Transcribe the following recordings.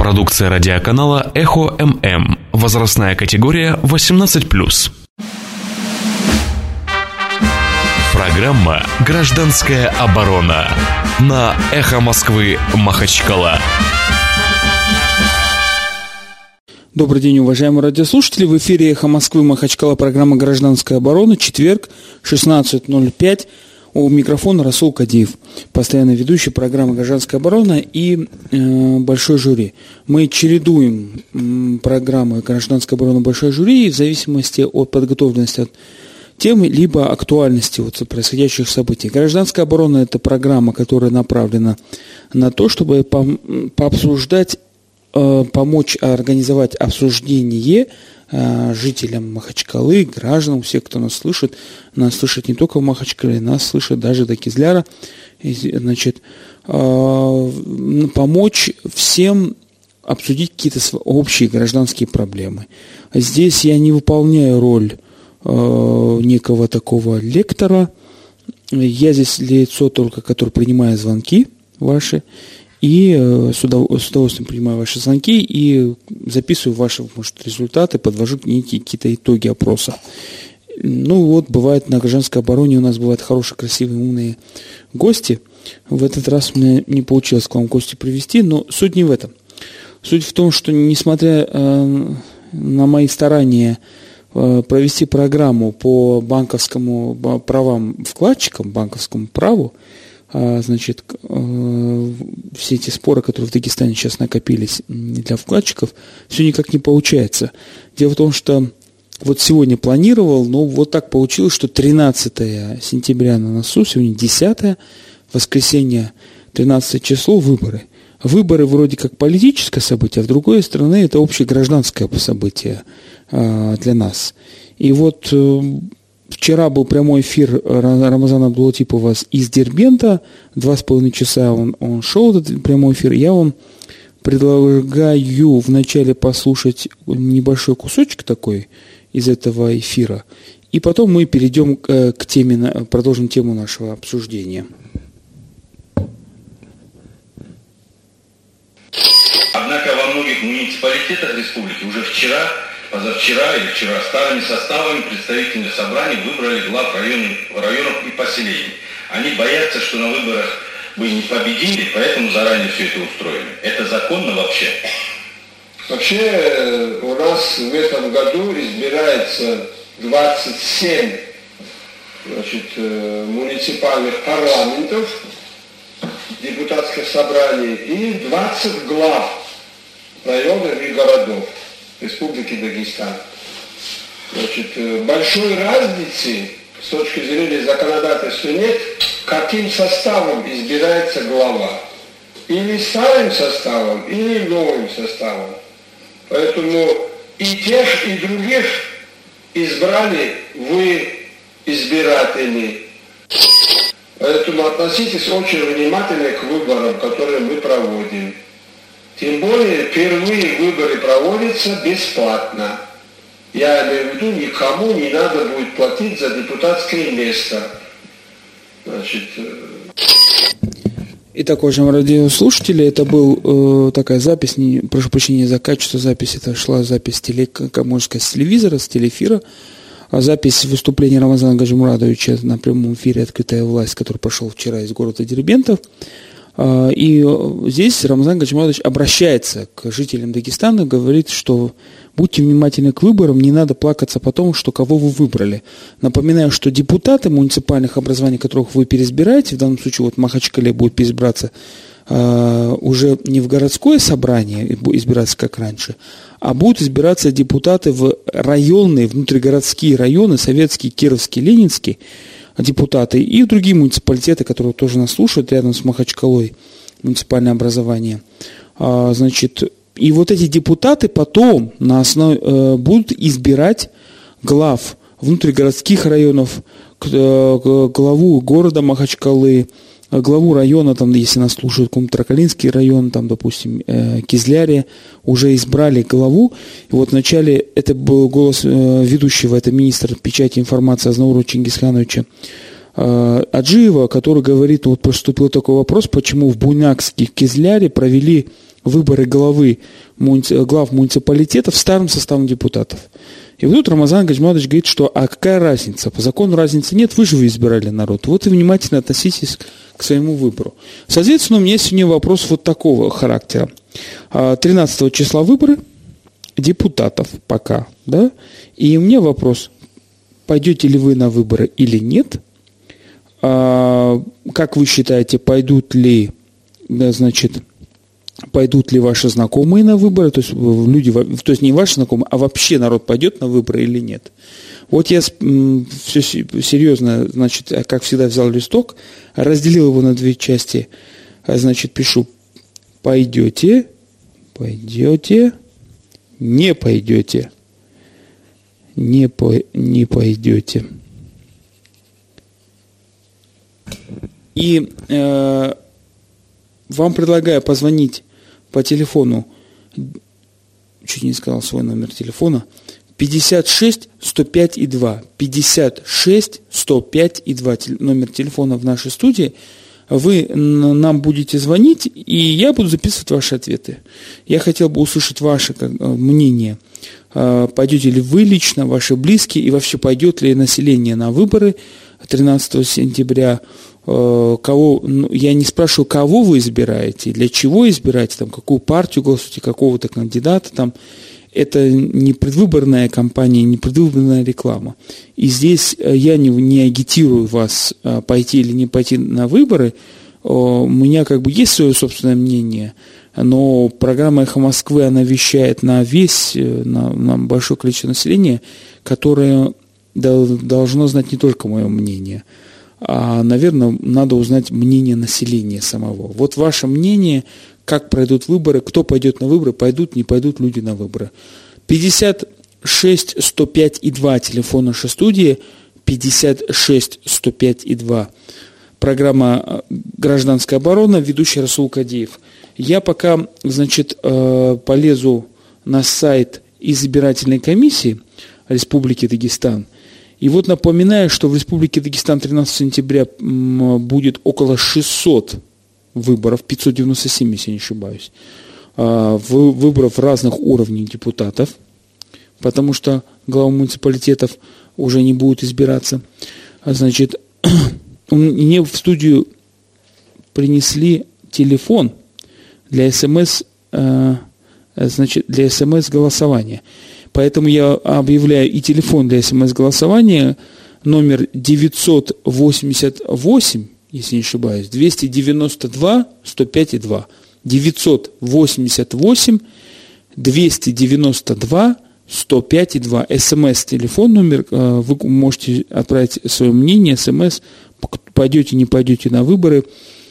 Продукция радиоканала «Эхо ММ». Возрастная категория 18+. Программа «Гражданская оборона» на «Эхо Москвы» Махачкала. Добрый день, уважаемые радиослушатели. В эфире «Эхо Москвы» Махачкала, программа «Гражданская оборона». Четверг, 16:05. У микрофона Расул Кадиев, постоянный ведущий программы «Гражданская оборона» и «Большой жюри». Мы чередуем программы «Гражданская оборона» и «Большой жюри» в зависимости от подготовленности от темы, либо актуальности происходящих событий. «Гражданская оборона» – это программа, которая направлена на то, чтобы пообсуждать, помочь организовать обсуждение жителям Махачкалы, гражданам, все, кто нас слышит не только в Махачкале, нас слышат даже до Кизляра, значит, помочь всем обсудить какие-то общие гражданские проблемы. Здесь я не выполняю роль некого такого лектора, я здесь лицо только, которое принимает звонки ваши, и с удовольствием принимаю ваши звонки и записываю ваши, может, результаты, подвожу некие какие-то итоги опроса. Ну вот, бывает на «Гражданской обороне» у нас бывают хорошие, красивые, умные гости. В этот раз у меня не получилось к вам гости привести, но суть не в этом. Суть в том, что несмотря на мои старания провести программу по банковскому правам вкладчикам, банковскому праву, значит, все эти споры, которые в Дагестане сейчас накопились для вкладчиков, все никак не получается. Дело в том, что вот сегодня планировал, но вот так получилось, что 13 сентября на носу, сегодня 10, воскресенье, 13 число, выборы. Выборы вроде как политическое событие, а с другой стороны это общегражданское событие для нас. И вот вчера был прямой эфир Рамазана Абдулатипова из Дербента, 2,5 часа он шел, этот прямой эфир. Я вам предлагаю вначале послушать небольшой кусочек такой из этого эфира, и потом мы перейдем к теме, продолжим тему нашего обсуждения. Однако во многих муниципалитетах республики уже вчера, позавчера или вчера старыми составами представительных собраний выбрали глав районов и поселений. Они боятся, что на выборах вы не победили, поэтому заранее все это устроили. Это законно вообще? Вообще у нас в этом году избирается 27 муниципальных парламентов, депутатских собраний и 20 глав районов и городов Республики Дагестан. Значит, большой разницы с точки зрения законодательства нет, каким составом избирается глава. Или старым составом, или новым составом. Поэтому и тех, и других избрали вы, избиратели. Поэтому относитесь очень внимательно к выборам, которые мы проводим. Тем более, впервые выборы проводятся бесплатно. Я имею в виду, никому не надо будет платить за депутатское место. Значит... Итак, уважаемые радиослушатели, это была такая запись, прошу прощения за качество записи, это шла запись, можно сказать, с телевизора, с телеэфира, запись выступления Рамазана Гаджимурадовича на прямом эфире «Открытая власть», который прошел вчера из города Дербента. И здесь Рамазан Гаджимурадович обращается к жителям Дагестана, говорит, что будьте внимательны к выборам, не надо плакаться потом, что кого вы выбрали. Напоминаю, что депутаты муниципальных образований, которых вы переизбираете, в данном случае вот в Махачкале будет переизбираться уже не в городское собрание, избираться как раньше, а будут избираться депутаты в районные, внутригородские районы, советские, кировские, ленинские, депутаты и другие муниципалитеты, которые тоже нас слушают, рядом с Махачкалой, муниципальное образование. Значит, и вот эти депутаты потом на основе будут избирать глав внутригородских районов, главу города Махачкалы, главу района, там, если нас слушают, Тракалинский район, там, допустим, Кизляре, уже избрали главу. И вот вначале это был голос ведущего, это министр печати и информации Азнауру Чингисхановича Аджиева, который говорит, вот поступил такой вопрос, почему в Буйнакске, в Кизляре провели выборы глав муниципалитетов старым составом депутатов. И вот тут Рамазан Гаджиматович говорит, что а какая разница? По закону разницы нет, вы же избирали народ. Вот и внимательно относитесь к своему выбору. Соответственно, у меня сегодня вопрос вот такого характера. 13 числа выборы депутатов пока, да? И у меня вопрос, пойдете ли вы на выборы или нет? Как вы считаете, пойдут ли ваши знакомые на выборы, то есть люди, то есть не ваши знакомые, а вообще народ пойдет на выборы или нет? Вот я все серьезно, значит, как всегда, взял листок, разделил его на две части, значит, пишу: пойдете, не пойдете, не пойдете. И вам предлагаю позвонить по телефону, чуть не сказал свой номер телефона, 56 105 и 2. 56 105 и 2 номер телефона в нашей студии. Вы нам будете звонить, и я буду записывать ваши ответы. Я хотел бы услышать ваше мнение. Пойдете ли вы лично, ваши близкие, и вообще пойдет ли население на выборы 13 сентября? Я не спрашиваю, кого вы избираете, для чего избираете, там, какую партию голосуете, какого-то кандидата. Там. Это не предвыборная кампания, не предвыборная реклама. И здесь я не агитирую вас пойти или не пойти на выборы. У меня как бы есть свое собственное мнение, но программа «Эхо Москвы», она вещает на большое количество населения, которое должно знать не только мое мнение, а, наверное, надо узнать мнение населения самого. Вот ваше мнение, как пройдут выборы, кто пойдет на выборы, пойдут, не пойдут люди на выборы. 56 105 и 2, телефон нашей студии, 56 105 и 2. Программа «Гражданская оборона», ведущий Расул Кадиев. Я пока, значит, полезу на сайт избирательной комиссии Республики Дагестан. И вот напоминаю, что в Республике Дагестан 13 сентября будет около 600 выборов, 597, если не ошибаюсь, выборов разных уровней депутатов, потому что главы муниципалитетов уже не будут избираться. Значит, мне в студию принесли телефон для СМС, значит, для СМС-голосования. Поэтому я объявляю и телефон для СМС-голосования, номер 988, если не ошибаюсь, 292 105 и 2. 988 292 105 и 2. СМС-телефон, номер, вы можете отправить свое мнение, СМС, пойдете, не пойдете на выборы,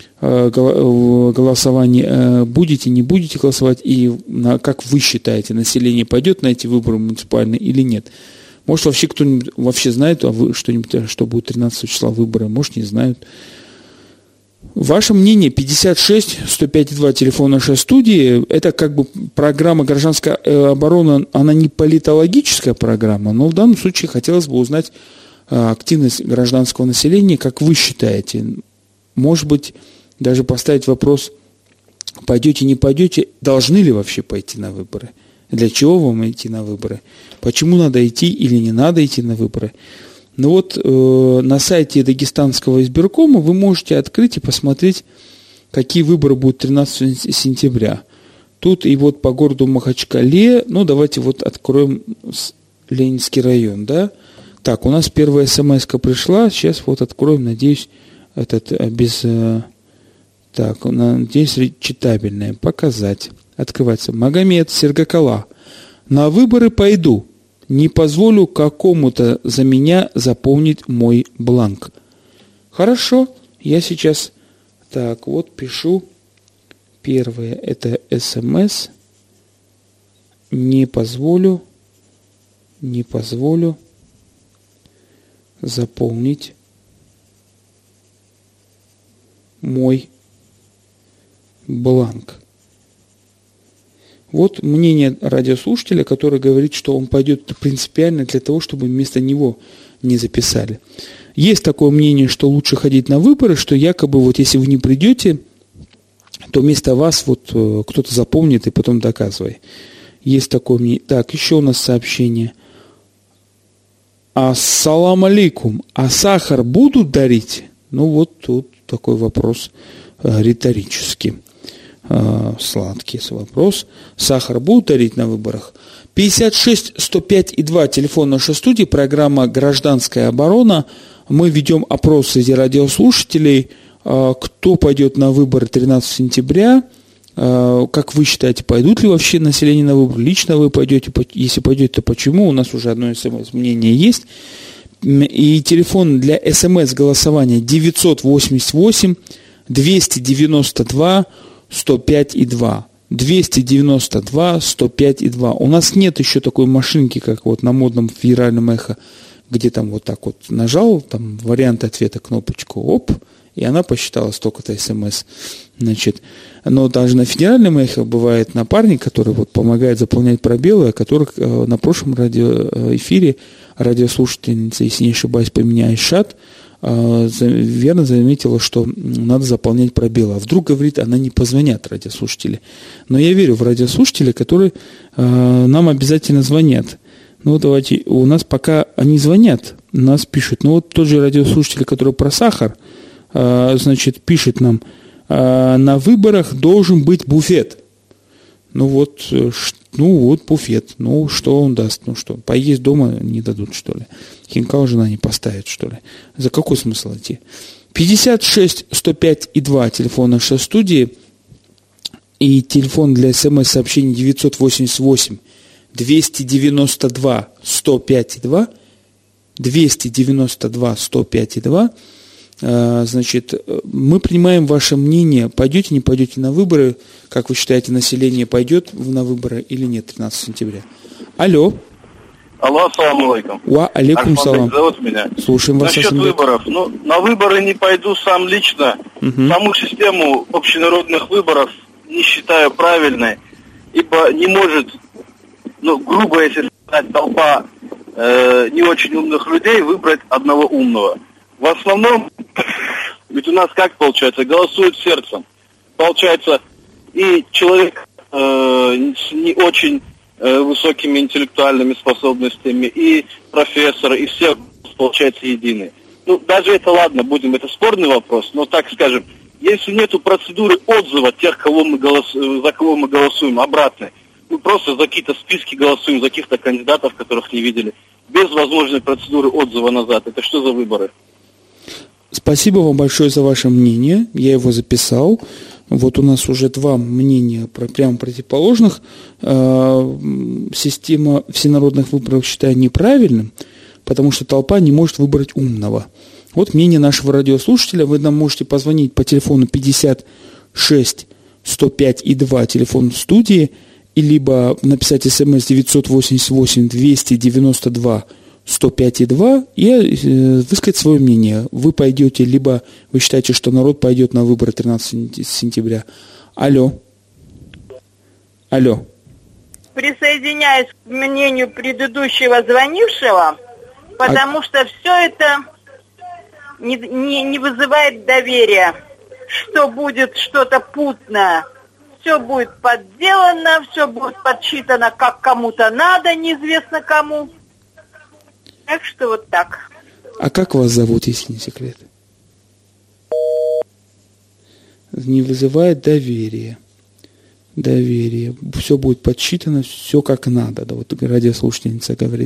голосование, будете, не будете голосовать, и как вы считаете, население пойдет на эти выборы муниципальные или нет. Может, вообще кто-нибудь вообще знает, что-нибудь, что будет 13 числа выборы, может, не знают. Ваше мнение 56 105 2, телефон нашей студии. Это как бы программа «Гражданская оборона», она не политологическая программа, но в данном случае хотелось бы узнать активность гражданского населения, как вы считаете. Может быть, даже поставить вопрос, пойдете, не пойдете, должны ли вообще пойти на выборы? Для чего вам идти на выборы? Почему надо идти или не надо идти на выборы? Ну вот на сайте Дагестанского избиркома вы можете открыть и посмотреть, какие выборы будут 13 сентября. Тут и вот по городу Махачкале, ну давайте вот откроем Ленинский район, да. Так, у нас первая смс-ка пришла, сейчас вот откроем, надеюсь, надеюсь, читабельная. Показать. Открывается. Магомед, Сергакала. На выборы пойду. Не позволю какому-то за меня заполнить мой бланк. Хорошо. Я сейчас так вот пишу. Первое это СМС. Не позволю заполнить мой бланк. Вот мнение радиослушателя, который говорит, что он пойдет принципиально для того, чтобы вместо него не записали. Есть такое мнение, что лучше ходить на выборы, что якобы вот если вы не придете, то вместо вас вот кто-то запомнит и потом доказывай. Есть такое мнение. Так, еще у нас сообщение. Ассалам алейкум. А сахар будут дарить? Ну, вот тут такой вопрос риторический. Сладкий вопрос. Сахар будут дарить на выборах? 56 105 и 2, телефон нашей студии, программа «Гражданская оборона». Мы ведем опрос среди радиослушателей, кто пойдет на выборы 13 сентября. Как вы считаете, пойдут ли вообще население на выборы? Лично вы пойдете? Если пойдете, то почему? У нас уже одно СМС-мнение есть. И телефон для СМС-голосования 988 292 105 и 2. 292 105 и 2. У нас нет еще такой машинки, как вот на модном федеральном эхо, где там вот так вот нажал, там вариант ответа, кнопочку, оп, и она посчитала столько-то СМС. Значит, но даже на федеральном эхо бывает напарник, который вот помогает заполнять пробелы, о которых на прошлом радиоэфире радиослушательница, если не ошибаюсь, по имени Айшат, верно заметила, что надо заполнять пробелы. А вдруг, говорит, она не позвонят, радиослушатели. Но я верю в радиослушателей, которые нам обязательно звонят. Ну, давайте, у нас пока они звонят, нас пишут. Ну, вот тот же радиослушатель, который про сахар, значит, пишет нам, на выборах должен быть буфет. Ну, вот буфет. Ну, что он даст? Ну, что, поесть дома не дадут, что ли? Хинкал жена не поставит, что ли? За какой смысл идти? 56 105 и 2, телефон нашей студии. И телефон для СМС-сообщений 988 292 105 и 2. 292 105 и 2. Значит, мы принимаем ваше мнение, пойдете, не пойдете на выборы, как вы считаете, население пойдет на выборы или нет 13 сентября? Алло. Алло, ассаламу алейкум. Ва алейкум салам. Зовут меня. Слушаем вас. Насчет выборов. Ну, на выборы не пойду сам лично. Саму систему общенародных выборов не считаю правильной, ибо не может, грубо если сказать, толпа не очень умных людей выбрать одного умного. В основном, ведь у нас как получается, голосуют сердцем. Получается, и человек с не очень высокими интеллектуальными способностями, и профессор, и все, получается, единые. Ну, даже это ладно, это спорный вопрос, но так скажем, если нету процедуры отзыва тех, за кого мы голосуем, обратной, мы просто за какие-то списки голосуем, за каких-то кандидатов, которых не видели, без возможной процедуры отзыва назад. Это что за выборы? Спасибо вам большое за ваше мнение. Я его записал. Вот у нас уже два мнения прямо противоположных. Система всенародных выборов считаю неправильным, потому что толпа не может выбрать умного. Вот мнение нашего радиослушателя. Вы нам можете позвонить по телефону 56 105 и 2, телефон в студии, и либо написать смс 988 292 105 и 2 и высказать свое мнение. Вы пойдете, либо вы считаете, что народ пойдет на выборы 13 сентября. Алло. Присоединяюсь к мнению предыдущего звонившего, потому что все это не вызывает доверия, что будет что-то путное. Все будет подделано, все будет подсчитано, как кому-то надо, неизвестно кому. Так что вот так. А как вас зовут, если не секрет? Не вызывает доверия. Все будет подсчитано, все как надо. Да, вот радиослушательница говорит.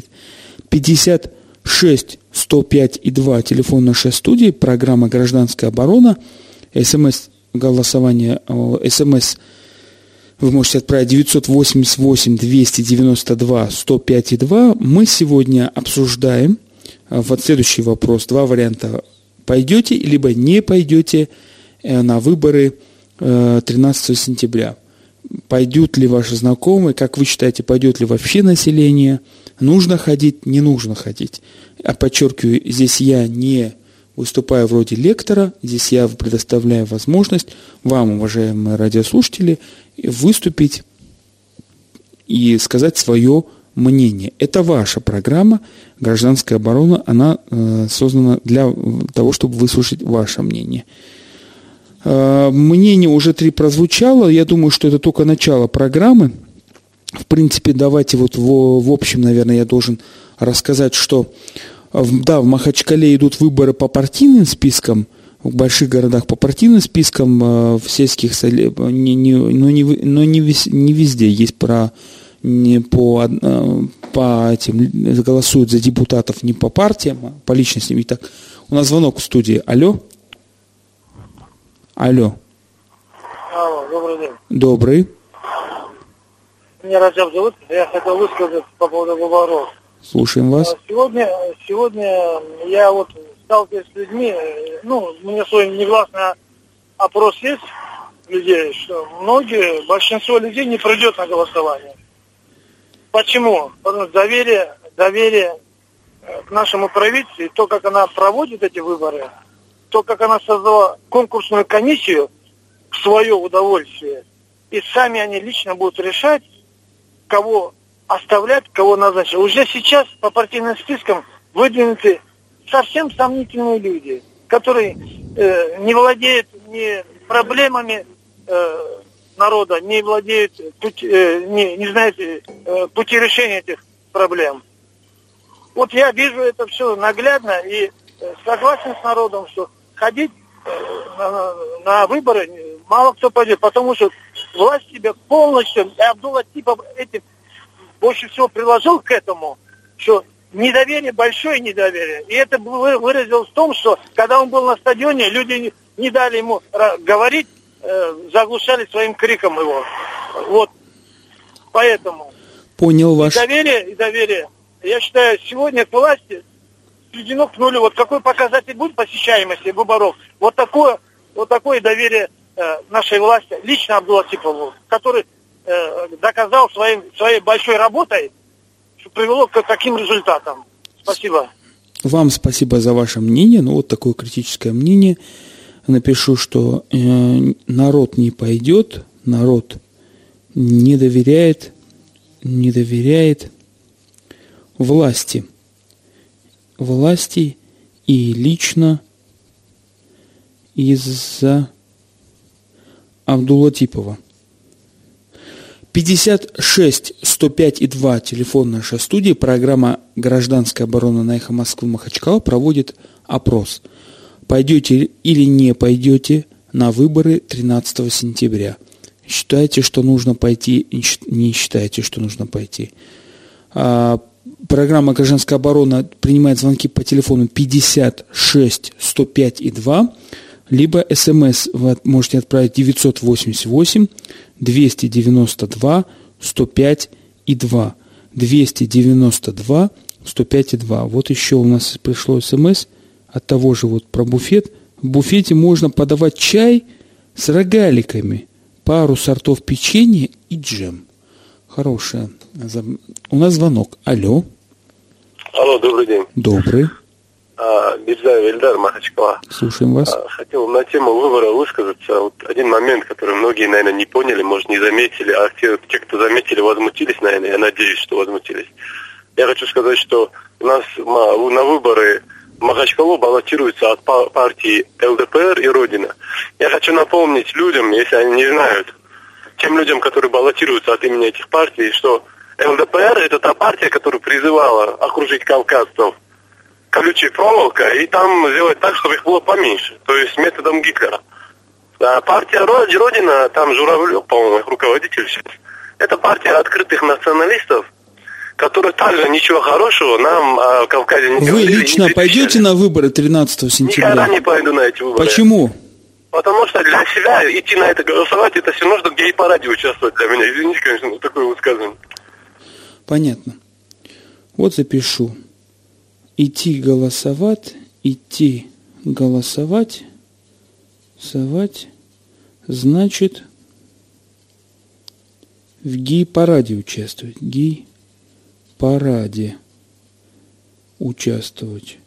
56 105 и 2, телефон нашей студии, программа «Гражданская оборона». СМС-голосование, СМС вы можете отправить 988 292 105 и 2. Мы сегодня обсуждаем вот следующий вопрос. Два варианта. Пойдете, либо не пойдете на выборы 13 сентября. Пойдут ли ваши знакомые? Как вы считаете, пойдет ли вообще население? Нужно ходить, не нужно ходить? А подчеркиваю, здесь я не выступаю вроде лектора, здесь я предоставляю возможность вам, уважаемые радиослушатели, выступить и сказать свое мнение. Это ваша программа «Гражданская оборона», она создана для того, чтобы выслушать ваше мнение. Мнение уже 3 прозвучало. Я думаю, что это только начало программы. В принципе, давайте вот в общем, наверное, я должен рассказать, что да, в Махачкале идут выборы по партийным спискам, в больших городах по партийным спискам, в сельских, но не везде есть по этим, голосуют за депутатов не по партиям, а по личностям. Итак, у нас звонок в студии. Алло. Алло, добрый день. Добрый. Меня Раджаб зовут. Я хотел высказать по поводу выборов. Слушаем вас. Сегодня я вот сталкиваюсь с людьми, у меня свой негласный опрос есть людей, что большинство людей не придет на голосование. Почему? Потому что доверие к нашему правительству, и то, как она проводит эти выборы, то, как она создала конкурсную комиссию в свое удовольствие, и сами они лично будут решать, кого оставлять, кого назначить. Уже сейчас по партийным спискам выдвинуты совсем сомнительные люди, которые не владеют ни проблемами народа, не владеют, не знают пути решения этих проблем. Вот я вижу это все наглядно и согласен с народом, что ходить на выборы мало кто пойдет, потому что власть себя полностью, и Абдул-Латипов этим больше всего приложил к этому, что недоверие, большое недоверие. И это выразилось в том, что когда он был на стадионе, люди не дали ему говорить, заглушали своим криком его. Вот. Поэтому. Понял ваш. Доверие. Я считаю, сегодня к власти сведено к нулю. Вот какой показатель будет посещаемости выборов? Вот такое доверие нашей власти, лично Абдул-Латипову, который доказал своей большой работой, что привело к таким результатам. Спасибо. Вам спасибо за ваше мнение. Вот такое критическое мнение. Напишу, что народ не пойдет, народ не доверяет власти и лично из-за Абдул-Латипова. 56-105-2, телефон нашей студии, программа «Гражданская оборона» на Эхо Москвы Махачкала проводит опрос. Пойдете или не пойдете на выборы 13 сентября? Считаете, что нужно пойти, не считаете, что нужно пойти? Программа «Гражданская оборона» принимает звонки по телефону 56-105-2, либо СМС вы можете отправить 988-292-105-2. 292-105-2. Вот еще у нас пришло СМС от того же вот про буфет. В буфете можно подавать чай с рогаликами, пару сортов печенья и джем. Хорошая. У нас звонок. Алло. Алло, добрый день. Добрый. Бирзаев Эльдар, Махачкала. Слушаем вас. Хотел на тему выбора высказаться. Вот один момент, который многие, наверное, не поняли, может, не заметили, а те, кто заметили, возмутились, наверное, я надеюсь, что возмутились. Я хочу сказать, что у нас на выборы в Махачкалу баллотируются от партии ЛДПР и Родина. Я хочу напомнить людям, если они не знают, тем людям, которые баллотируются от имени этих партий, что ЛДПР – это та партия, которая призывала окружить кавказцев колючей проволокой и там сделать так, чтобы их было поменьше, то есть методом Гитлера. А партия Родина, там Журавлев, по-моему, их руководитель сейчас, это партия открытых националистов, которые также ничего хорошего нам о Кавказе не говорили. Вы лично пойдете на выборы 13 сентября? Никогда не пойду на эти выборы. Почему? Потому что для себя идти на это голосовать, это все нужно в гей-параде участвовать для меня. Извините, конечно, за такое высказывание. Понятно. Вот запишу. Идти голосовать, значит в гей-параде участвовать. Гей-параде участвовать.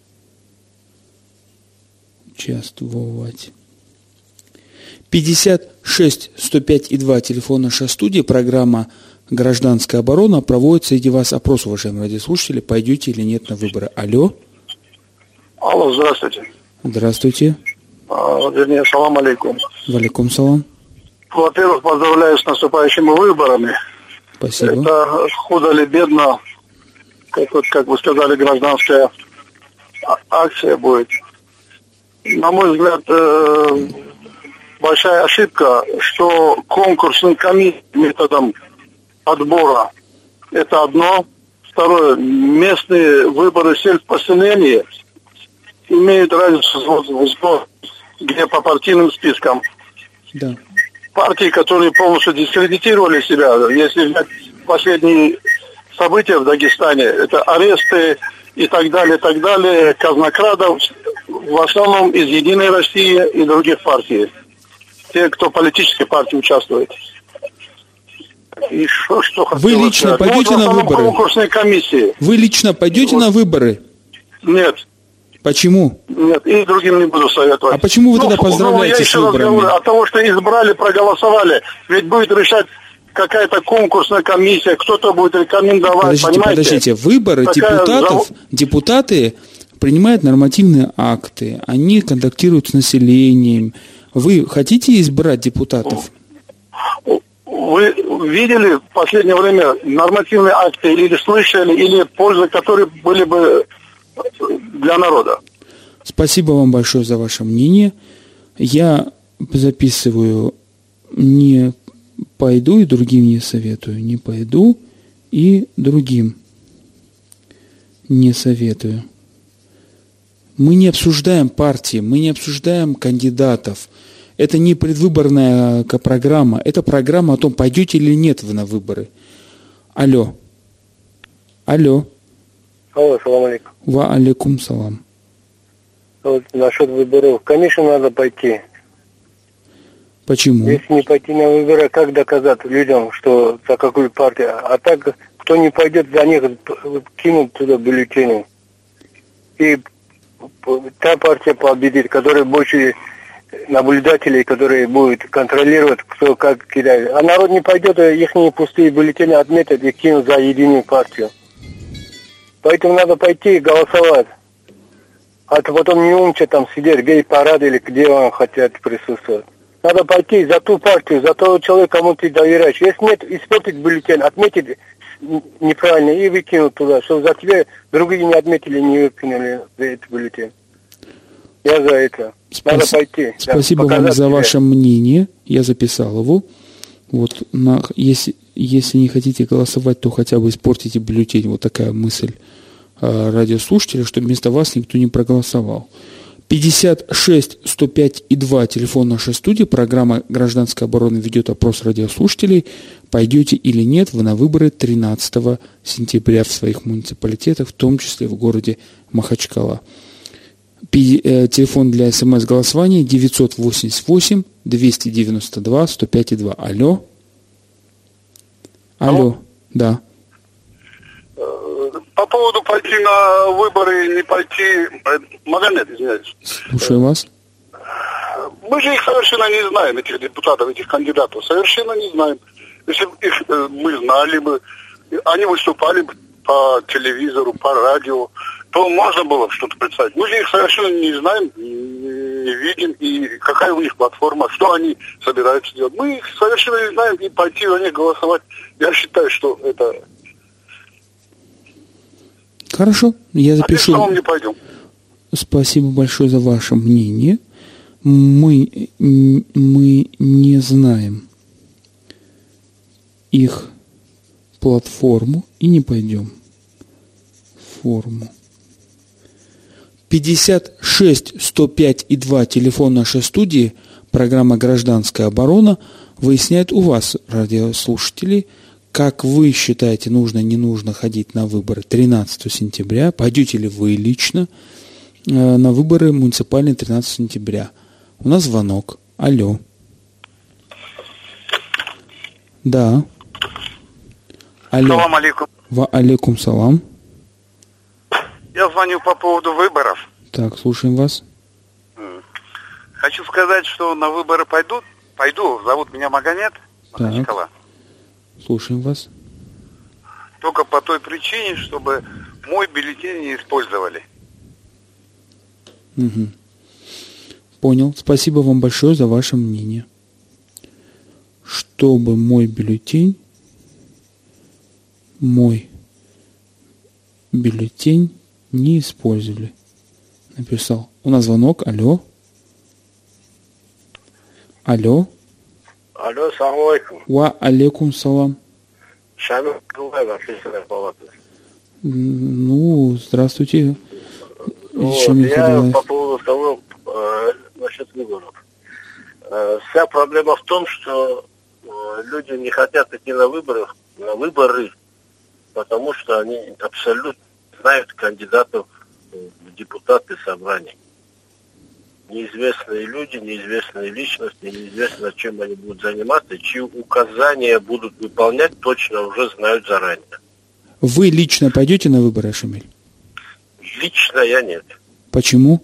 56-105-2, телефон нашей студии, программа «Гражданская оборона». Проводит среди вас опрос, уважаемые радиослушатели, пойдете или нет на выборы. Алло. Алло, здравствуйте. Здравствуйте. Вернее, салам алейкум. Валикум салам. Во-первых, поздравляю с наступающими выборами. Спасибо. Это худо ли бедно, как вы сказали, гражданская акция будет. На мой взгляд, большая ошибка, что конкурсный комиссия методом отбора – это одно. Второе, местные выборы сельхозпоселения имеют разницу, где по партийным спискам. Да. Партии, которые полностью дискредитировали себя, если взять последние события в Дагестане, это аресты и так далее, казнокрадов, в основном из «Единой России» и других партий. Те, кто в политической партии участвует. И что Вы лично пойдете на выборы? Конкурсной комиссии. Вы лично пойдете на выборы? Нет. Почему? Нет, и другим не буду советовать. А почему вы тогда поздравляете с выборами? От того, что избрали, проголосовали. Ведь будет решать какая-то конкурсная комиссия, кто-то будет рекомендовать, Подождите, выборы депутаты принимают нормативные акты, они контактируют с населением. Вы хотите избрать депутатов? Вы видели в последнее время нормативные акты или слышали, или пользы, которые были бы для народа? Спасибо вам большое за ваше мнение. Я записываю, не пойду и другим не советую. Не пойду и другим не советую. Мы не обсуждаем партии, мы не обсуждаем кандидатов. Это не предвыборная программа, это программа о том, пойдете или нет вы на выборы. Алло. Алло, салам алейкум. Ва алейкум салам. Вот насчет выборов. Конечно, надо пойти. Почему? Если не пойти на выборы, как доказать людям, что за какую партию? А так, кто не пойдет, за них кинут туда бюллетени. И та партия победит, которая больше наблюдателей, которые будут контролировать, кто как кидает. А народ не пойдет, их пустые бюллетени отметят и кинут за единую партию. Поэтому надо пойти и голосовать. А то потом не умчат там сидеть, гей-парад или где вам хотят присутствовать. Надо пойти за ту партию, за того человека, кому ты доверяешь. Если нет, испортить бюллетень, отметить неправильно и выкинуть туда, чтобы за тебя другие не отметили, не выкинули этот бюллетень. Я за это. Надо пойти. Спасибо вам за ваше мнение. Я записал его. Вот, если не хотите голосовать, то хотя бы испортите бюллетень. Вот такая мысль радиослушателя, чтобы вместо вас никто не проголосовал. 56 105 и 2 телефон нашей студии. Программа «Гражданская оборона» ведет опрос радиослушателей. Пойдете или нет вы на выборы 13 сентября в своих муниципалитетах, в том числе в городе Махачкала. Телефон для СМС-голосования 988 292 105 и 2. Алло. Алло. Да. По поводу пойти на выборы и не пойти... Магомед, извиняюсь. Слушаю вас. Мы же их совершенно не знаем, этих депутатов, этих кандидатов. Совершенно не знаем. Если бы их мы знали бы, они выступали бы по телевизору, по радио, то можно было бы что-то представить. Мы же их совершенно не знаем, не видим, и какая у них платформа, что они собираются делать. Мы их совершенно не знаем, и пойти за них голосовать, я считаю, что это... Хорошо, я запишу. А не пойдем. Спасибо большое за ваше мнение. Мы не знаем их платформу и не пойдем в форму. 56 105 и 2 телефон нашей студии. Программа «Гражданская оборона» выясняет у вас, радиослушателей, как вы считаете, нужно, не нужно ходить на выборы 13 сентября? Пойдете ли вы лично на выборы муниципальные 13 сентября? У нас звонок. Алло. Да. Алло. Салам алейкум. Ва алейкум салам. Я звоню по поводу выборов. Так, слушаем вас. Хочу сказать, что на выборы пойду. Зовут меня Магомед Махачкала. Слушаем вас. Только по той причине, чтобы мой бюллетень не использовали. Угу. Понял. Спасибо вам большое за ваше мнение. Чтобы мой бюллетень не использовали. Написал. У нас звонок. Алло. Алло. Алло, салам алейкум. Ва алейкум салам. Шамиль Кулаев, общественная палата. Ну, здравствуйте. Вот, я по поводу того, насчет выборов. Вся проблема в том, что люди не хотят идти на выборы, потому что они абсолютно знают кандидатов в депутаты собраний. Неизвестные люди, неизвестные личности, неизвестно, чем они будут заниматься, чьи указания будут выполнять, точно уже знают заранее. Вы лично пойдете на выборы, Шамиль? Лично я нет. Почему?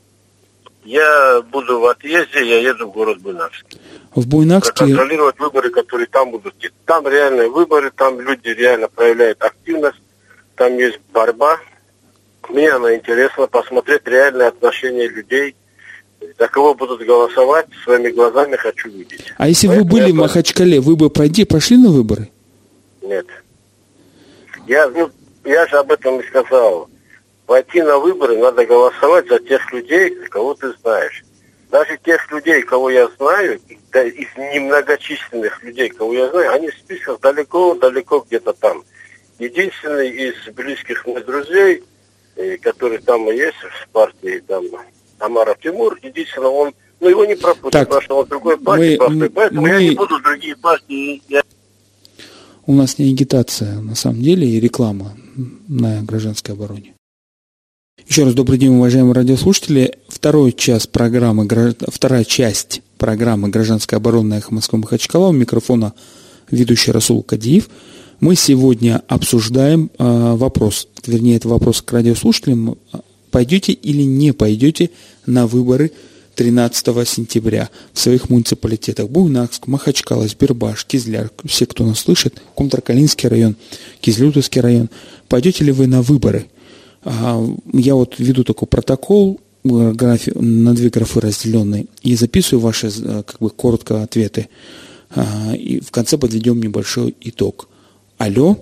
Я буду в отъезде, я еду в город Буйнакский. В Буйнакске... Контролировать выборы, которые там будут. Там реальные выборы, там люди реально проявляют активность, там есть борьба. Мне она интересна, посмотреть реальные отношения людей. За кого будут голосовать, своими глазами хочу видеть. А если вы были в Махачкале, вы бы пошли на выборы? Нет. Я же об этом и сказал. Пойти на выборы надо голосовать за тех людей, кого ты знаешь. Даже тех людей, кого я знаю, из немногочисленных людей, кого я знаю, они в списках далеко где-то там. Единственный из близких моих друзей, который там и есть в партии, там, Амаров Тимур, единственное, он, его не пропустят, потому что он в другой партии, поэтому я не буду в другие партии. У нас не агитация, на самом деле, и реклама на гражданской обороне. Еще раз добрый день, уважаемые радиослушатели. Вторая часть программы «Гражданская оборона» на Эхо Москвы Махачкала. У микрофона ведущий Расул Кадиев. Мы сегодня обсуждаем вопрос, вернее, это вопрос к радиослушателям. Пойдете или не пойдете на выборы 13 сентября в своих муниципалитетах? Буйнакск, Махачкала, Сбербаш, Кизляр, все, кто нас слышит, Комтар-Калинский район, Кизлютовский район. Пойдете ли вы на выборы? Я вот веду такой протокол, на две графы разделенные, и записываю ваши, коротко ответы. И в конце подведем небольшой итог. Алло?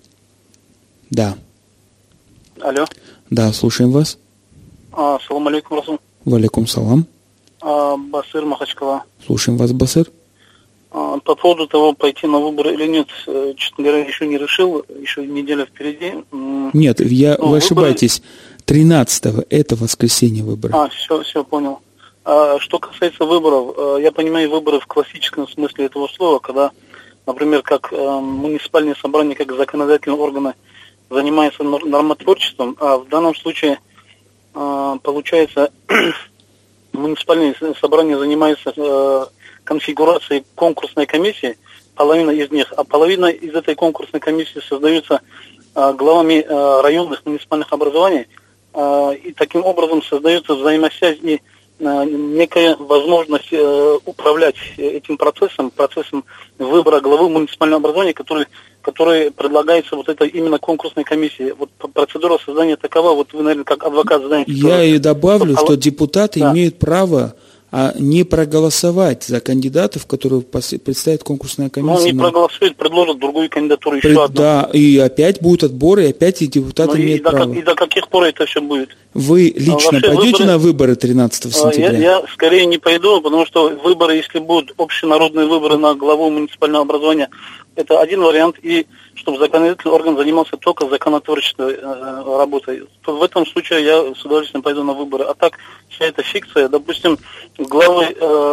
Да. Алло. Да, слушаем вас. Салам алейкум, Расул. Валейкум салам. Басыр, Махачкала. Слушаем вас, Басыр. По поводу того, пойти на выборы или нет, честно говоря, еще не решил, еще неделя впереди. Нет, вы ошибаетесь. 13-го, это воскресенье выборы. Все, понял. Что касается выборов, я понимаю выборы в классическом смысле этого слова, когда, например, как муниципальные собрания, как законодательные органы занимаются нормотворчеством, а в данном случае, получается, муниципальные собрания занимаются конфигурацией конкурсной комиссии, половина из них, а половина из этой конкурсной комиссии создаются главами районных муниципальных образований, и таким образом создается взаимосвязь и некая возможность управлять этим процессом выбора главы муниципального образования, который предлагается вот этой именно конкурсной комиссии. Вот процедура создания такова, вот вы, наверное, как адвокат знаете. Я и добавлю, что депутаты имеют право не проголосовать за кандидатов, которые представит конкурсная комиссия. Ну, не проголосуют, предложат другую кандидатуру, еще одну. Да, и опять будет отбор, и опять и депутаты имеют право. И до каких пор это все будет? Вы лично пойдете на выборы 13 сентября? Я скорее не пойду, потому что выборы, если будут общенародные выборы на главу муниципального образования, это один вариант, и чтобы законодательный орган занимался только законотворческой работой. В этом случае я с удовольствием пойду на выборы. А так, вся эта фикция, допустим, главы,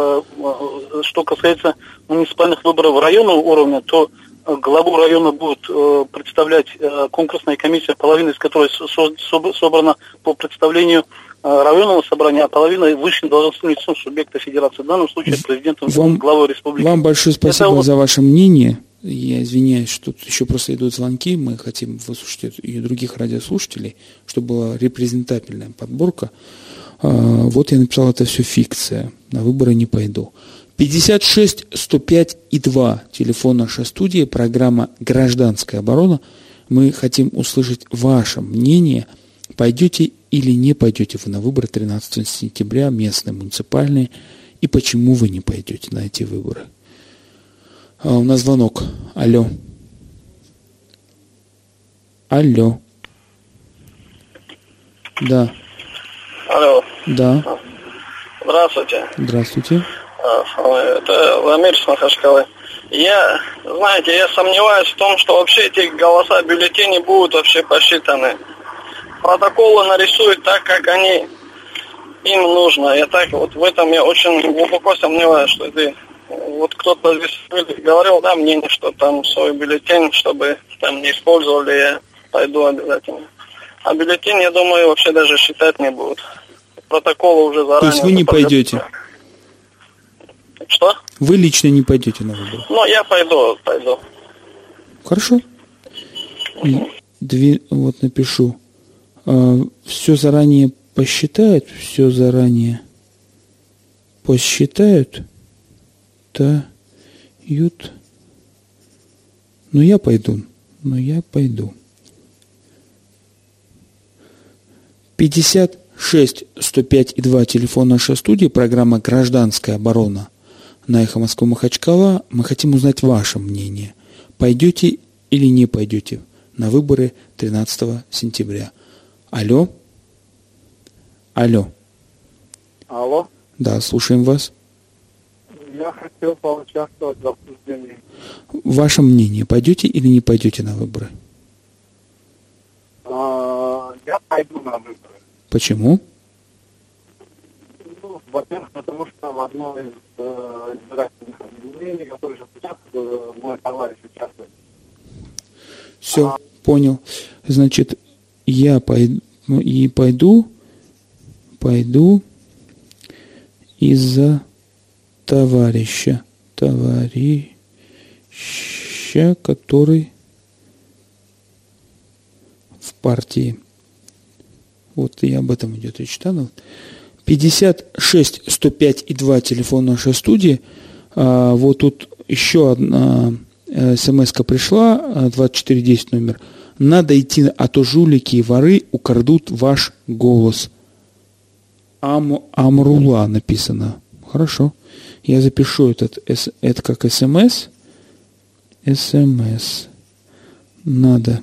что касается муниципальных выборов районного уровня, то главу района будет представлять конкурсная комиссия, половина из которой собрана по представлению районного собрания, а половина высшим должностным лицом субъекта федерации. В данном случае президентом главы республики. Вам большое спасибо за ваше мнение. Я извиняюсь, что тут еще просто идут звонки, мы хотим выслушать и других радиослушателей, чтобы была репрезентабельная подборка. Вот я написал, это все фикция, на выборы не пойду. 56 105 и 2, телефон нашей студии, программа «Гражданская оборона». Мы хотим услышать ваше мнение, пойдете или не пойдете вы на выборы 13 сентября, местные, муниципальные, и почему вы не пойдете на эти выборы. У нас звонок. Алло. Алло. Да. Алло. Да. Здравствуйте. Здравствуйте. Это Ламир с Махачкалы. Я сомневаюсь в том, что вообще эти голоса, бюллетени будут вообще посчитаны. Протоколы нарисуют так, как они им нужно. Я так вот в этом я очень глубоко сомневаюсь, что это вот кто-то здесь говорил, да, мнение, что там свой бюллетень, чтобы там не использовали, я пойду обязательно. А бюллетень, я думаю, вообще даже считать не будут. Протоколы уже заранее. То есть вы не пойдете? Что? Вы лично не пойдете на выборы? Ну, я пойду. Хорошо. Вот напишу. Все заранее посчитают, все заранее посчитают, тают. Но я пойду. 56-105-2, телефон нашей студии, программа «Гражданская оборона» на Эхо Москвы Махачкала. Мы хотим узнать ваше мнение. Пойдете или не пойдете на выборы 13 сентября? Алло? Алло. Алло. Да, слушаем вас. Я хотел поучаствовать в обсуждении. Ваше мнение, пойдете или не пойдете на выборы? Я пойду на выборы. Почему? Ну, во-первых, потому что в одной из избирательных объявлений, которые сейчас мой товарищ участвует. Все, понял. Значит, я пойду из-за товарища, который в партии. Вот и об этом идет речь. 56-105-2, телефон нашей студии. Вот тут еще одна смс-ка пришла, 2410 номер. Надо идти, а то жулики и воры украдут ваш голос. Амрула написано. Хорошо. Я запишу это как смс. СМС. Надо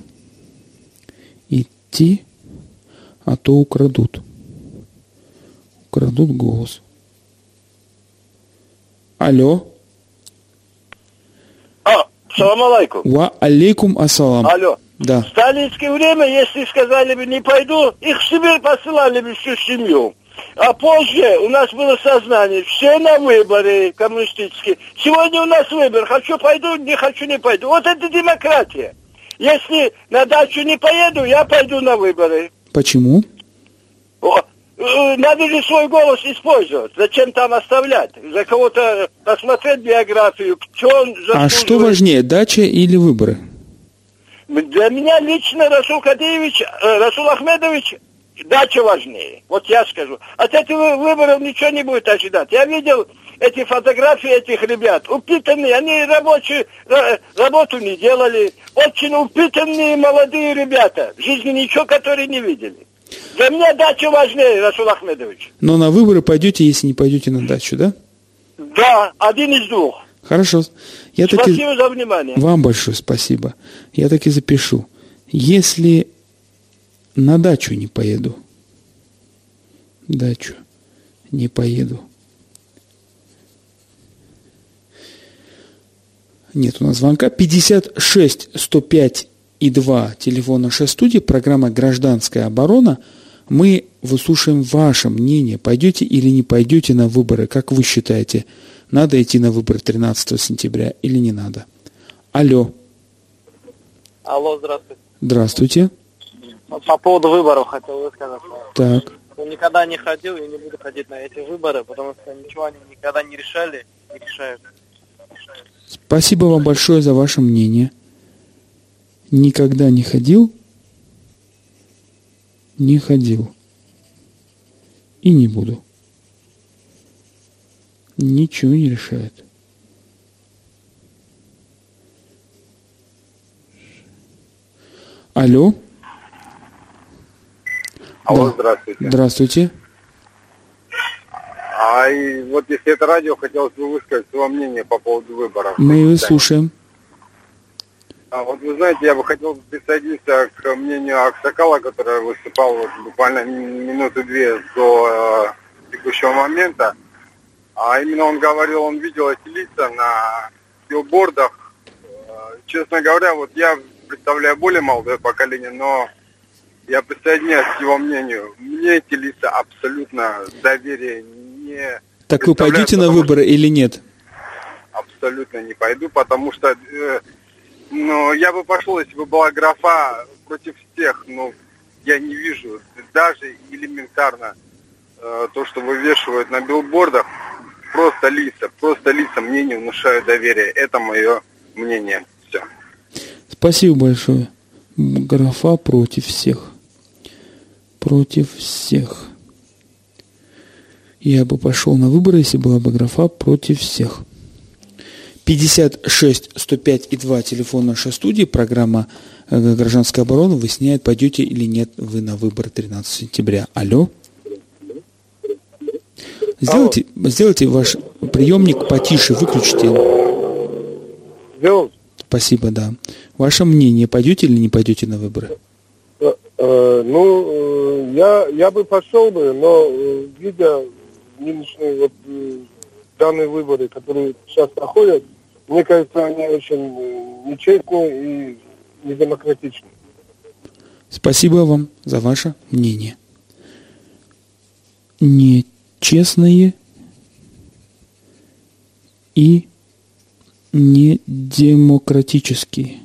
идти, а то украдут. Украдут голос. Алло. Салам алейкум. Ва алейкум ассалам. Алло. Да. В сталинское время, если сказали бы не пойду, их в Сибирь посылали бы всю семью. А позже у нас было сознание, все на выборы коммунистические. Сегодня у нас выбор, хочу пойду, не хочу не пойду. Вот это демократия. Если на дачу не поеду, я пойду на выборы. Почему? Надо же свой голос использовать. Зачем там оставлять? За кого-то посмотреть биографию, что он заслуживает. А что важнее, дача или выборы? Для меня лично Расул Ахмедович, дача важнее. Вот я скажу. От этих выборов ничего не будет ожидать. Я видел эти фотографии этих ребят. Упитанные, они работу не делали. Очень упитанные молодые ребята. В жизни ничего, которые не видели. Для меня дача важнее, Расул Ахмедович. Но на выборы пойдете, если не пойдете на дачу, да? Да, один из двух. Хорошо. Спасибо за внимание. Вам большое спасибо. Я так и запишу. Если на дачу не поеду. Нет, у нас звонка. 56-105-2, телефон нашей студии, программа «Гражданская оборона». Мы выслушаем ваше мнение. Пойдете или не пойдете на выборы? Как вы считаете, надо идти на выборы 13 сентября или не надо? Алло. Алло, здравствуйте. Здравствуйте. По поводу выборов хотел высказаться. Так. Я никогда не ходил и не буду ходить на эти выборы, потому что ничего они никогда не решали, не решают. Спасибо вам большое за ваше мнение. Никогда не ходил и не буду. Ничего не решает. Алло. Алло, здравствуйте. Здравствуйте. И вот если это радио, хотелось бы высказать свое мнение по поводу выборов. Мы слушаем. Вот вы знаете, я бы хотел присоединиться к мнению Аксакала, который выступал вот буквально минуты-две до текущего момента. А именно он говорил, он видел эти лица на билбордах. Честно говоря, вот я представляю более молодое поколение, но я присоединяюсь к его мнению. Мне эти лица абсолютно доверия не... Так вы пойдете на выборы или нет? Абсолютно не пойду, потому что... я бы пошел, если бы была графа против всех, но я не вижу даже элементарно то, что вывешивают на билбордах. Просто лица мне не внушают доверия. Это мое мнение. Все. Спасибо большое. Графа против всех. Против всех. Я бы пошел на выборы, если была бы графа против всех. 56 105 и 2 телефон нашей студии. Программа «Гражданская оборона» выясняет, пойдете или нет вы на выборы 13 сентября. Алло. Сделайте ваш приемник потише, выключите. Сделал? Спасибо, да. Ваше мнение, пойдете или не пойдете на выборы? Я бы пошел бы, но видя нынешние данные выборы, которые сейчас проходят, мне кажется, они очень нечестные и недемократичные. Спасибо вам за ваше мнение. Нечестные и недемократические.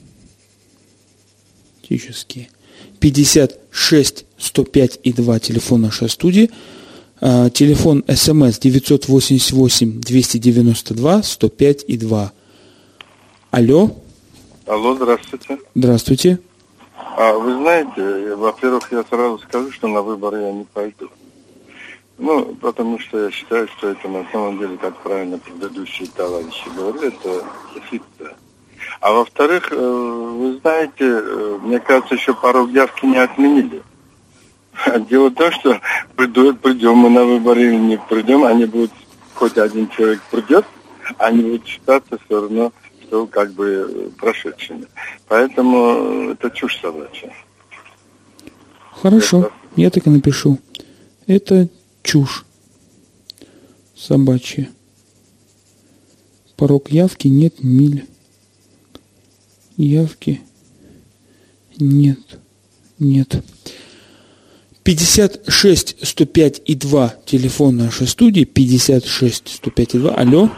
56 105 и 2 телефон нашей студии. Телефон СМС 988 292 105 и 2. Алло. Алло, здравствуйте. Здравствуйте. Вы знаете, во-первых, я сразу скажу, что на выборы я не пойду. Потому что я считаю, что это на самом деле, как правильно предыдущие товарищи говорили, это фикция. А во-вторых, вы знаете, мне кажется, еще порог явки не отменили. Дело в том, что придем мы на выборы или не придем, они будут, хоть один человек придет, они будут считаться все равно, что как бы прошедшими. Поэтому это чушь собачья. Хорошо, я так и напишу. Это чушь собачья. Порог явки нет миль. Явки нет. 56 105 и 2 телефон нашей студии. 56 105 и 2. Алло.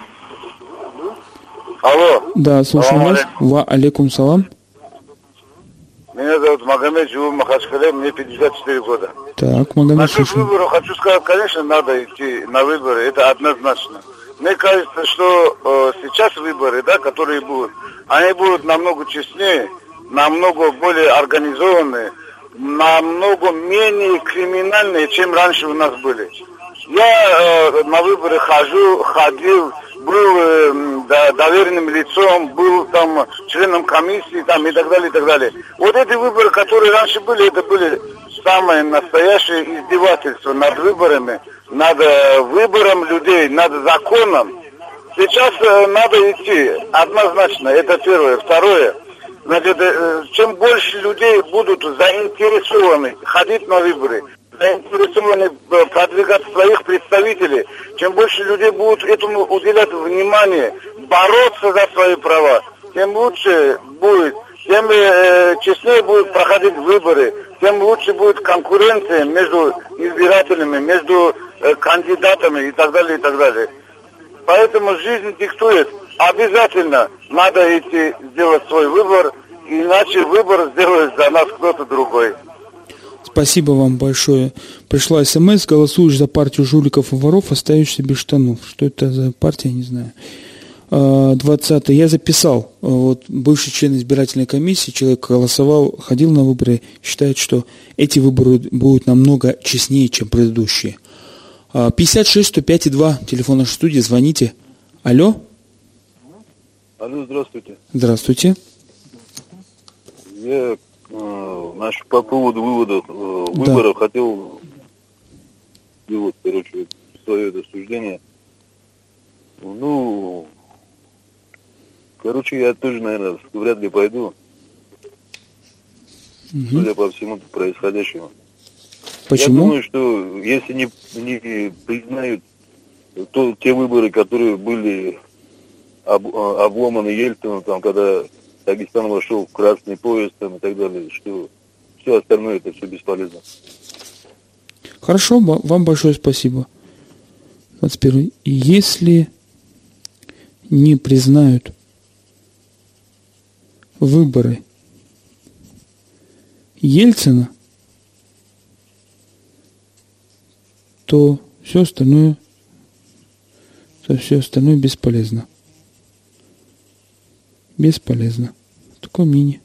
Алло. Да, слушаем вас. Ва алейкум салам. Меня зовут Магомед, живу в Махачкале, мне 54 года. Так, Магомед, насчет выборов хочу сказать, конечно, надо идти на выборы, это однозначно. Мне кажется, что сейчас выборы, которые будут, они будут намного честнее, намного более организованные, намного менее криминальные, чем раньше у нас были. Я на выборы ходил, был доверенным лицом, был там членом комиссии там, и так далее, и так далее. Вот эти выборы, которые раньше были, это были самое настоящее издевательство над выборами, над выбором людей, над законом. Сейчас надо идти, однозначно, это первое. Второе, значит, чем больше людей будут заинтересованы ходить на выборы, заинтересованы продвигать своих представителей, чем больше людей будут этому уделять внимание, бороться за свои права, тем лучше будет, тем честнее будут проходить выборы, тем лучше будет конкуренция между избирателями, между кандидатами и так далее, и так далее. Поэтому жизнь диктует, обязательно надо идти сделать свой выбор, иначе выбор сделает за нас кто-то другой. Спасибо вам большое. Пришла СМС: голосуешь за партию жуликов и воров, остаешься без штанов. Что это за партия, не знаю. 20. Я записал. Вот бывший член избирательной комиссии, человек голосовал, ходил на выборы, считает, что эти выборы будут намного честнее, чем предыдущие. 56 105 и 2 телефон нашей студии, звоните. Алло. Алло, здравствуйте. Здравствуйте. Я в Значит, по поводу выборов хотел сделать, свое рассуждение. Я тоже, наверное, вряд ли пойду. Судя по всему происходящему. Почему? Я думаю, что если не признают те выборы, которые были обломаны Ельцином, когда Дагестан вошел в красный пояс и так далее, что все остальное это все бесполезно. Хорошо, вам большое спасибо. 21. Если не признают выборы Ельцина, то все остальное бесполезно. Бесполезно. Такое мнение.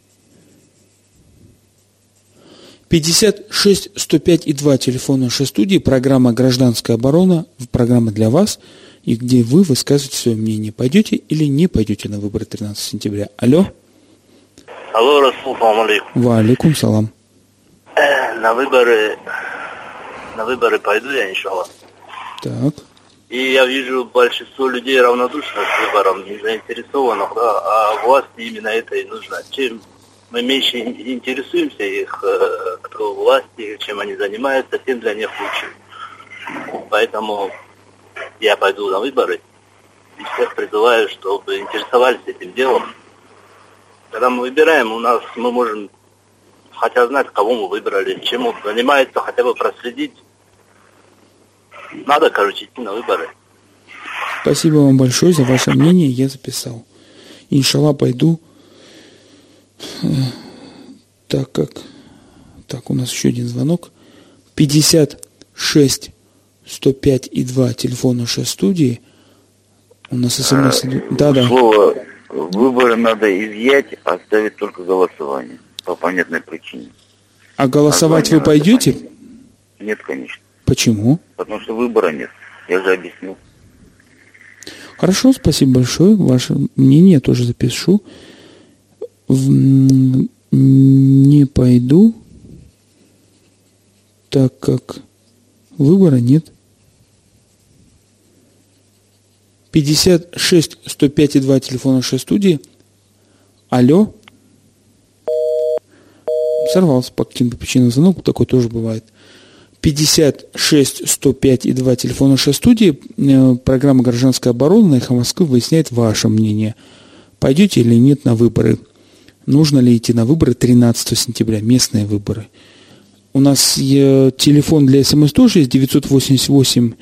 56 105 и 2 телефон нашей студии, программа «Гражданская оборона», программа для вас, и где вы высказываете свое мнение. Пойдете или не пойдете на выборы 13 сентября? Алло? Алло, Расул, салам алейкум. Ва алейкум салам. На выборы пойду я, иншаллах. Так. И я вижу большинство людей равнодушных к выборам, не заинтересованных, а власти именно это и нужно. Чем мы меньше интересуемся их, кто власти, чем они занимаются, тем для них лучше. Поэтому я пойду на выборы и всех призываю, чтобы интересовались этим делом. Когда мы выбираем, мы можем хотя знать, кого мы выбрали, чем он занимается, хотя бы проследить. Надо, идти на выборы. Спасибо вам большое за ваше мнение, я записал. Иншаллах, пойду. Так, у нас еще один звонок. 56 105 и 2 телефон нашей студии. У нас смс. Да. Слово выборы надо изъять, оставить только голосование. По понятной причине. А голосовать вы пойдете? Нет, конечно. Почему? Потому что выбора нет. Я же объяснил. Хорошо, спасибо большое. Ваше мнение я тоже запишу. Не пойду, так как выбора нет. 56 105 и 2 телефон нашей студии. Алло. Сорвался по каким-то причинам звонок, такое тоже бывает. 56 105 и 2 телефон нашей студии. Программа «Гражданская оборона» на «Эхо Москвы» выясняет ваше мнение. Пойдете или нет на выборы? Нужно ли идти на выборы 13 сентября, местные выборы? У нас телефон для СМС тоже есть, 988,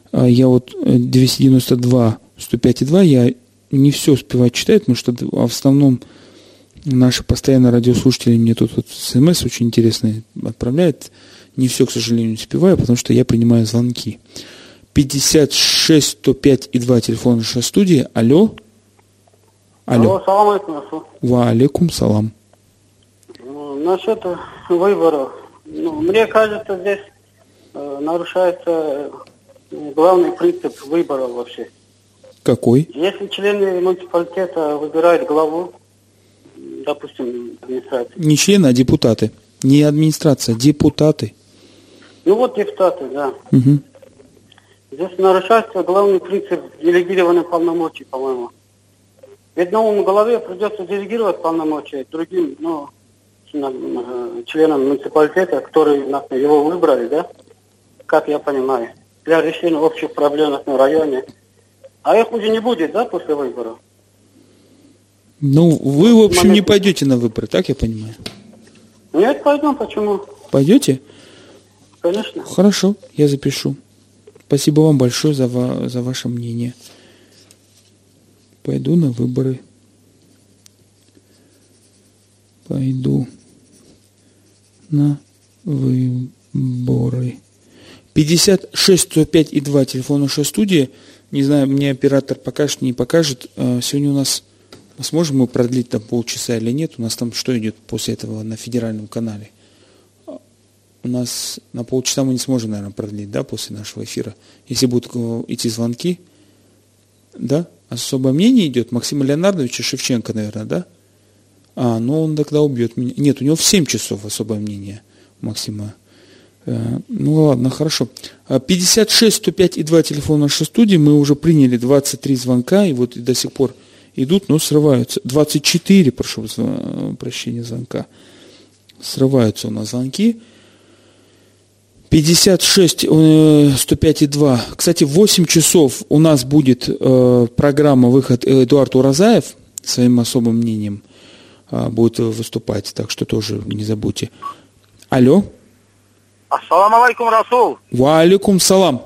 292 105 и 2. Я не все успеваю читать, потому что в основном наши постоянные радиослушатели мне тут СМС очень интересные отправляют. Не все, к сожалению, не успеваю, потому что я принимаю звонки. 56 105 и 2 телефон нашей студии. Алло. Алло, салам алейкум. Ва алейкум салам. Насчет выборов. Мне кажется, здесь нарушается главный принцип выборов вообще. Какой? Если члены муниципалитета выбирают главу, допустим, администрации. Не члены, а депутаты. Не администрация, а депутаты. Депутаты, да. Угу. Здесь нарушается главный принцип делегированных полномочий, по-моему. Одному главе придется делегировать полномочия другим, членам муниципалитета, которые его выбрали, да, как я понимаю, для решения общих проблем в районе. А их уже не будет, да, после выборов? Вы, в общем, не пойдете на выборы, так я понимаю? Нет, пойдем, почему? Пойдете? Конечно. Хорошо, я запишу. Спасибо вам большое за ваше мнение. Пойду на выборы. Пойду на выборы. 56 105 и 2 телефон нашей студии. Не знаю, мне оператор покажет, не покажет. Сегодня у нас сможем мы продлить там полчаса или нет? У нас там что идет после этого на федеральном канале? У нас на полчаса мы не сможем, наверное, продлить, да, после нашего эфира. Если будут идти звонки, да? Особое мнение идет Максима Леонардовича Шевченко, наверное, да? Ну он тогда убьет меня. Нет, у него в 7 часов особое мнение Максима. Ну ладно, хорошо. 56 105 и 2 телефон нашей студии. Мы уже приняли 23 звонка, и вот до сих пор идут, но срываются. 24, прошу прощения, звонка. Срываются у нас звонки. 56 105 и 2. Кстати, в 8 часов у нас будет программа «Выход». Эдуард Уразаев своим особым мнением будет выступать, так что тоже не забудьте. Алло. Ассаламу алейкум, Расул. Ва алейкум салам.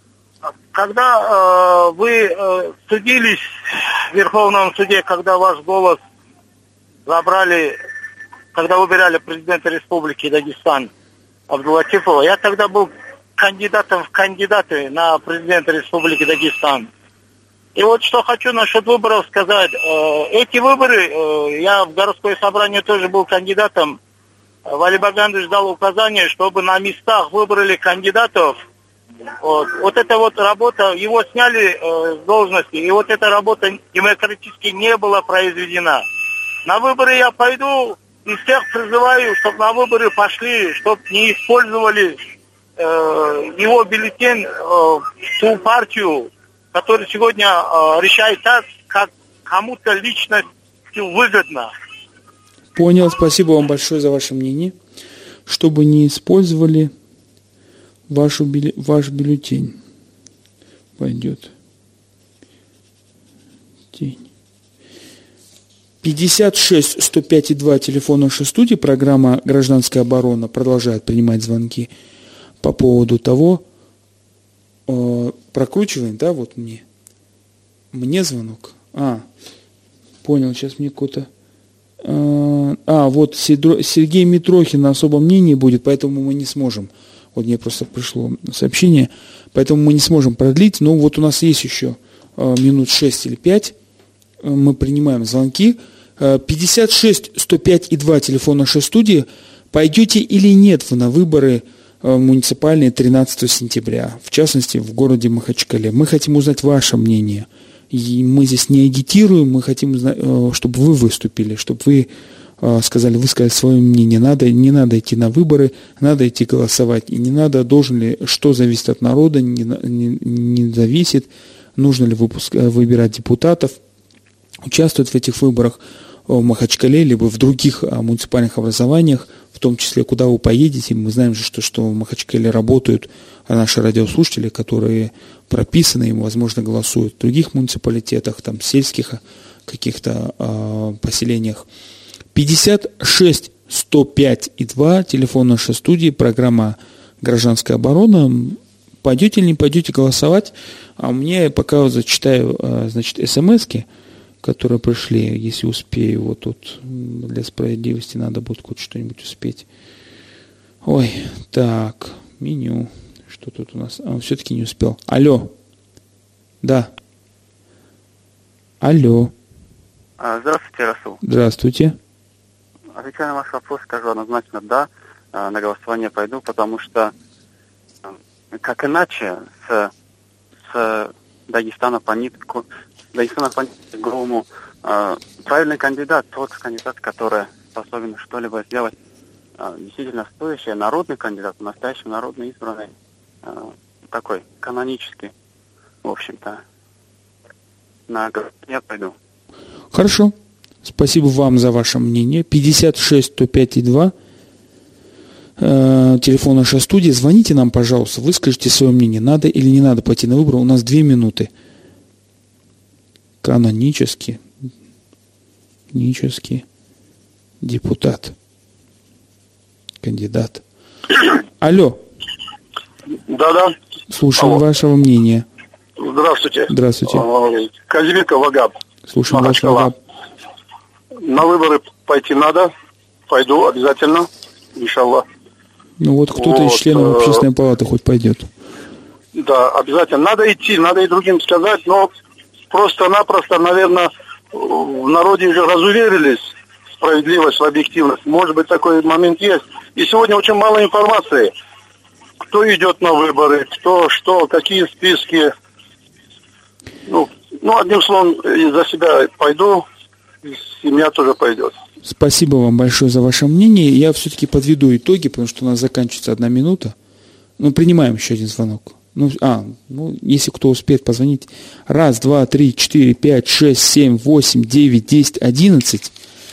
Когда вы судились в Верховном суде, когда ваш голос забрали, когда выбирали президента Республики Дагестан Абдулатипова, я тогда был кандидатом в кандидаты на президента Республики Дагестан. И вот что хочу насчет выборов сказать. Эти выборы, я в городское собрание тоже был кандидатом. Вали Багандович дал указание, чтобы на местах выбрали кандидатов. Вот эта вот работа, его сняли с должности, и вот эта работа демократически не была произведена. На выборы я пойду, и всех призываю, чтобы на выборы пошли, чтобы не использовали его бюллетень в ту партию, которая сегодня решает так, как кому-то личностью выгодно. Понял, спасибо вам большое за ваше мнение. Чтобы не использовали ваш бюллетень. Пойдет. День. 56 105 и 2 телефон нашей студии. Программа «Гражданская оборона» продолжает принимать звонки по поводу того, прокручиваем, да, вот мне звонок. Понял, сейчас мне какой-то... вот Сергей Митрохин на особом мнении будет, поэтому мы не сможем. Вот мне просто пришло сообщение, поэтому мы не сможем продлить. Но вот у нас есть еще минут 6 или 5. Мы принимаем звонки. 56 105 и 2 телефон нашей студии. Пойдете или нет вы на выборы муниципальные 13 сентября, в частности в городе Махачкале? Мы хотим узнать ваше мнение. И мы здесь не агитируем, мы хотим узнать, чтобы вы выступили, чтобы вы высказали свое мнение. Не надо идти на выборы, надо идти голосовать. И не надо, должен ли, что зависит от народа, не зависит, нужно ли выбирать депутатов, участвовать в этих выборах в Махачкале, либо в других муниципальных образованиях, в том числе, куда вы поедете. Мы знаем же, что в Махачкале работают наши радиослушатели, которые прописаны, и, возможно, голосуют в других муниципалитетах, там, сельских каких-то поселениях. 56 105 и 2, телефон нашей студии, программа «Гражданская оборона». Пойдете или не пойдете голосовать? А мне пока зачитаю, смс-ки, которые пришли, если успею. Вот тут для справедливости надо будет хоть что-нибудь успеть. Ой, так, меню. Что тут у нас? Все-таки не успел. Алло. Да. Алло. Здравствуйте, Расул. Здравствуйте. Отвечая на ваш вопрос, скажу однозначно да, на голосование пойду, потому что как иначе с Дагестана по нитку другому правильный кандидат, тот кандидат, который способен что-либо сделать, действительно стоящий, народный кандидат, настоящий народный избранный, такой канонический, в общем-то. На голосование пойду. Хорошо. Спасибо вам за ваше мнение. 56 105 и 2. Телефон нашей студии. Звоните нам, пожалуйста, выскажите свое мнение. Надо или не надо пойти на выборы. У нас 2 минуты. Канонический депутат. Кандидат. Алло. Да-да. Слушаем вашего мнения. Здравствуйте. Здравствуйте. Казимирка Вагаб. Слушаем ваш Вагаб. На выборы пойти надо. Пойду обязательно. Иншаллах. Ну вот кто-то из членов общественной палаты хоть пойдет. Да, обязательно. Надо идти, надо и другим сказать, но просто-напросто, наверное, в народе уже разуверились в справедливость, в объективность. Может быть, такой момент есть. И сегодня очень мало информации. Кто идет на выборы, кто, что, какие списки. Ну, одним словом, за себя пойду. семья тоже пойдет. Спасибо вам большое за ваше мнение. Я все-таки подведу итоги, потому что у нас заканчивается 1 минута. Ну, принимаем еще один звонок. Если кто успеет позвонить. 1, 2, 3, 4, 5, 6, 7, 8, 9, 10, 11,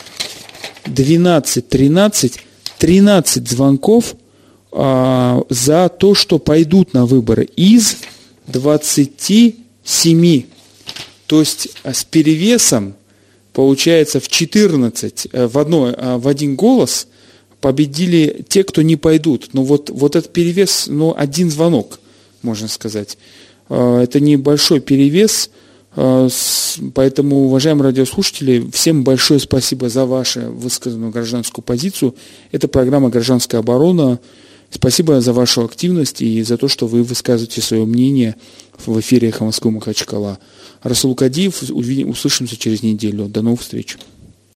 12, 13 звонков за то, что пойдут на выборы из 27. То есть с перевесом, получается, в 14, в один голос победили те, кто не пойдут. Но вот этот перевес, один звонок, можно сказать. Это небольшой перевес, поэтому, уважаемые радиослушатели, всем большое спасибо за вашу высказанную гражданскую позицию. Это программа «Гражданская оборона». Спасибо за вашу активность и за то, что вы высказываете свое мнение в эфире «Эхо Москвы» Махачкала. Расул Кадиев, услышимся через неделю. До новых встреч.